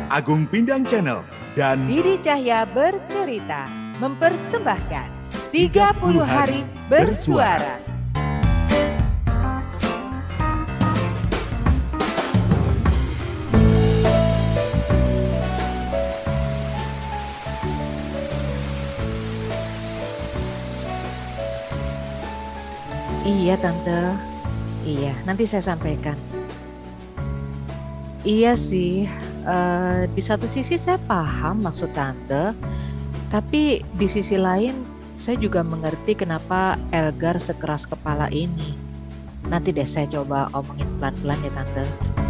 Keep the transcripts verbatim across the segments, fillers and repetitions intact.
Agung Pindang Channel dan Didi Cahya Bercerita mempersembahkan tiga puluh Hari Bersuara. Iya Tante, iya nanti saya sampaikan. Iya sih, eh, di satu sisi saya paham maksud Tante, tapi di sisi lain saya juga mengerti kenapa Elgar sekeras kepala ini. Nanti deh saya coba omongin pelan-pelan ya Tante.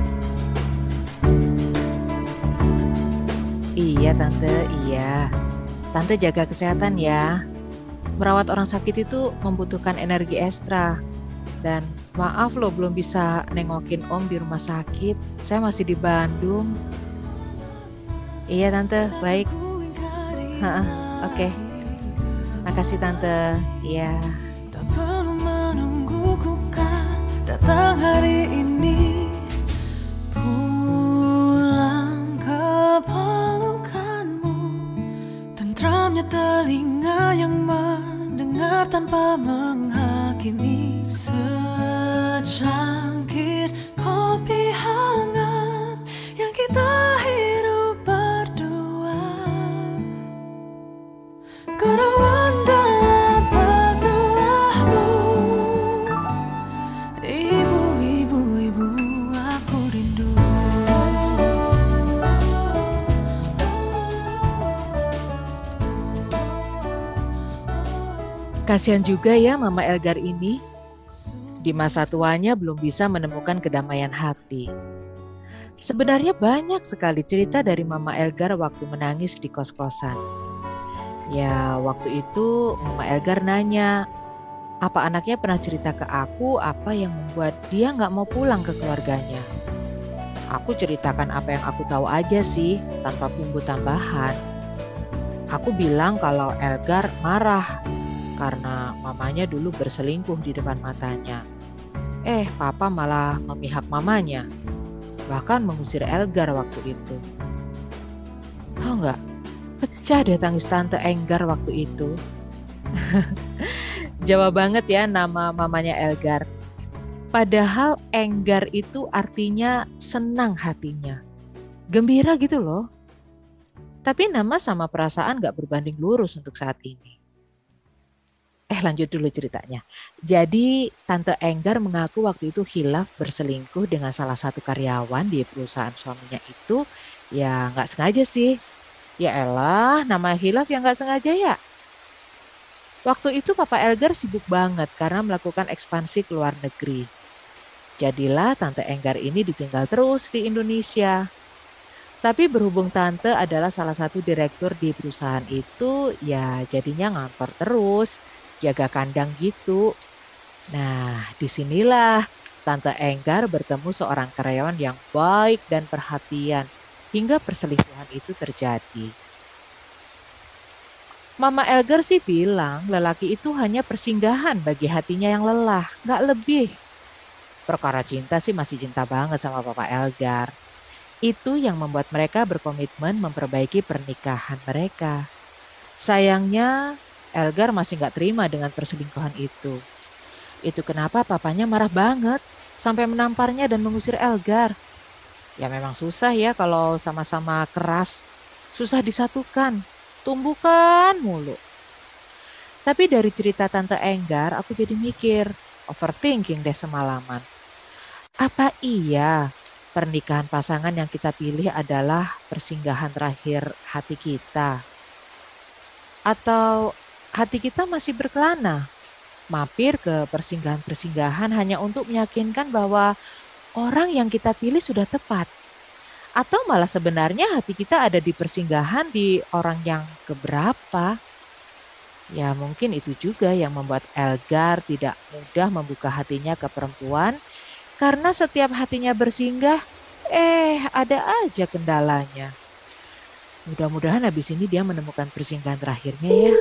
Iya Tante, iya. Tante jaga kesehatan ya. Merawat orang sakit itu membutuhkan energi ekstra. Dan maaf loh belum bisa nengokin Om di rumah sakit. Saya masih di Bandung. Iya Tante, baik. Heeh, oke. Makasih Tante. Iya. Tak perlu menunggu kan datang hari ini, pulang ke pelukanmu, tentramnya telinga yang mendengar tanpa menghakimi. Secangkir kopi hangat yang kita hirup berdua, gurauan dalam petuahmu. Ibu, ibu, ibu, aku rindu. Kasihan juga ya Mama Elgar ini. Di masa tuanya belum bisa menemukan kedamaian hati. Sebenarnya banyak sekali cerita dari Mama Elgar waktu menangis di kos-kosan. Ya waktu itu Mama Elgar nanya, apa anaknya pernah cerita ke aku apa yang membuat dia gak mau pulang ke keluarganya. Aku ceritakan apa yang aku tahu aja sih, tanpa bumbu tambahan. Aku bilang kalau Elgar marah karena mamanya dulu berselingkuh di depan matanya. Eh, papa malah memihak mamanya, bahkan mengusir Elgar waktu itu. Tahu nggak? Pecah deh tangis Tante Enggar waktu itu. Jawa banget ya nama mamanya Elgar. Padahal Enggar itu artinya senang hatinya, gembira gitu loh. Tapi nama sama perasaan nggak berbanding lurus untuk saat ini. Eh lanjut dulu ceritanya. Jadi Tante Enggar mengaku waktu itu hilaf berselingkuh dengan salah satu karyawan di perusahaan suaminya itu. Ya nggak sengaja sih. Ya elah nama hilaf yang nggak sengaja ya. Waktu itu Papa Elgar sibuk banget karena melakukan ekspansi ke luar negeri. Jadilah Tante Enggar ini ditinggal terus di Indonesia. Tapi berhubung Tante adalah salah satu direktur di perusahaan itu, ya jadinya ngantor terus. Jaga kandang gitu. Nah, disinilah Tante Enggar bertemu seorang karyawan yang baik dan perhatian hingga perselingkuhan itu terjadi. Mama Elgar sih bilang lelaki itu hanya persinggahan bagi hatinya yang lelah, gak lebih. Perkara cinta sih masih cinta banget sama Papa Elgar. Itu yang membuat mereka berkomitmen memperbaiki pernikahan mereka. Sayangnya Elgar masih gak terima dengan perselingkuhan itu. Itu kenapa papanya marah banget sampai menamparnya dan mengusir Elgar. Ya memang susah ya kalau sama-sama keras. Susah disatukan, tumbuhkan mulu. Tapi dari cerita Tante Enggar aku jadi mikir, overthinking deh semalaman. Apa iya pernikahan pasangan yang kita pilih adalah persinggahan terakhir hati kita? Atau hati kita masih berkelana, mampir ke persinggahan-persinggahan hanya untuk meyakinkan bahwa orang yang kita pilih sudah tepat. Atau malah sebenarnya hati kita ada di persinggahan di orang yang keberapa. Ya mungkin itu juga yang membuat Elgar tidak mudah membuka hatinya ke perempuan. Karena setiap hatinya bersinggah, eh ada aja kendalanya. Mudah-mudahan habis ini dia menemukan persinggahan terakhirnya ya.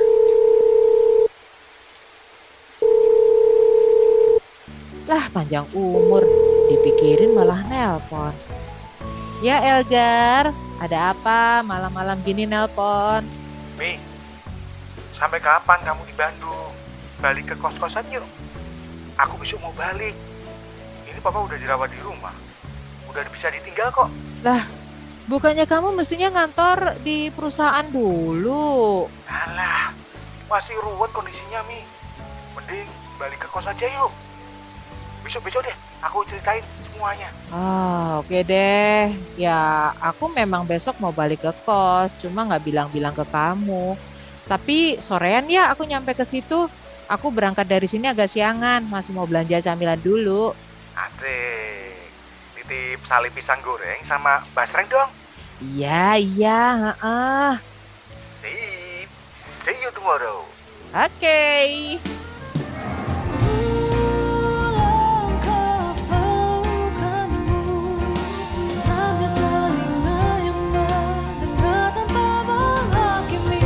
Lah panjang umur, dipikirin malah nelpon. Ya Elgar, ada apa malam-malam gini nelpon? Mi, sampai kapan kamu di Bandung? Balik ke kos-kosan yuk. Aku besok mau balik. Ini papa udah dirawat di rumah. Udah bisa ditinggal kok. Lah, bukannya kamu mestinya ngantor di perusahaan dulu? Alah, masih ruwet kondisinya, Mi. Mending balik ke kos aja yuk. Besok-besok deh, aku ceritain semuanya. Ah, oke deh. Ya, aku memang besok mau balik ke kos, cuma nggak bilang-bilang ke kamu. Tapi sorean ya aku nyampe ke situ. Aku berangkat dari sini agak siangan, masih mau belanja camilan dulu. Asik. Titip sali pisang goreng sama basreng dong. Iya, iya, heeh. Sip. See you tomorrow. Oke. Langkah pelukanmu, ramai telinga yang mendengar tanpa menghakimi.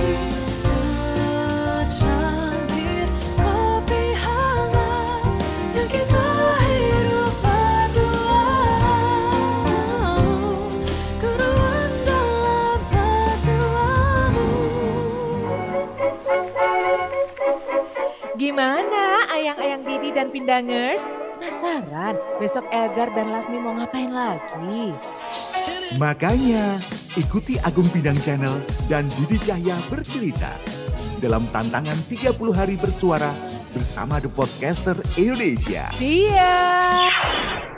Secangkir kopi hangat yang kita hirup berdua, keruan dalam petuamu. Gimana ayang-ayang Didi dan Pindangers? Penasaran besok Elgar dan Lasmi mau ngapain lagi? Makanya ikuti Agung Pindang Channel dan Didi Cahya bercerita dalam tantangan tiga puluh hari bersuara bersama The Podcaster Indonesia. See ya!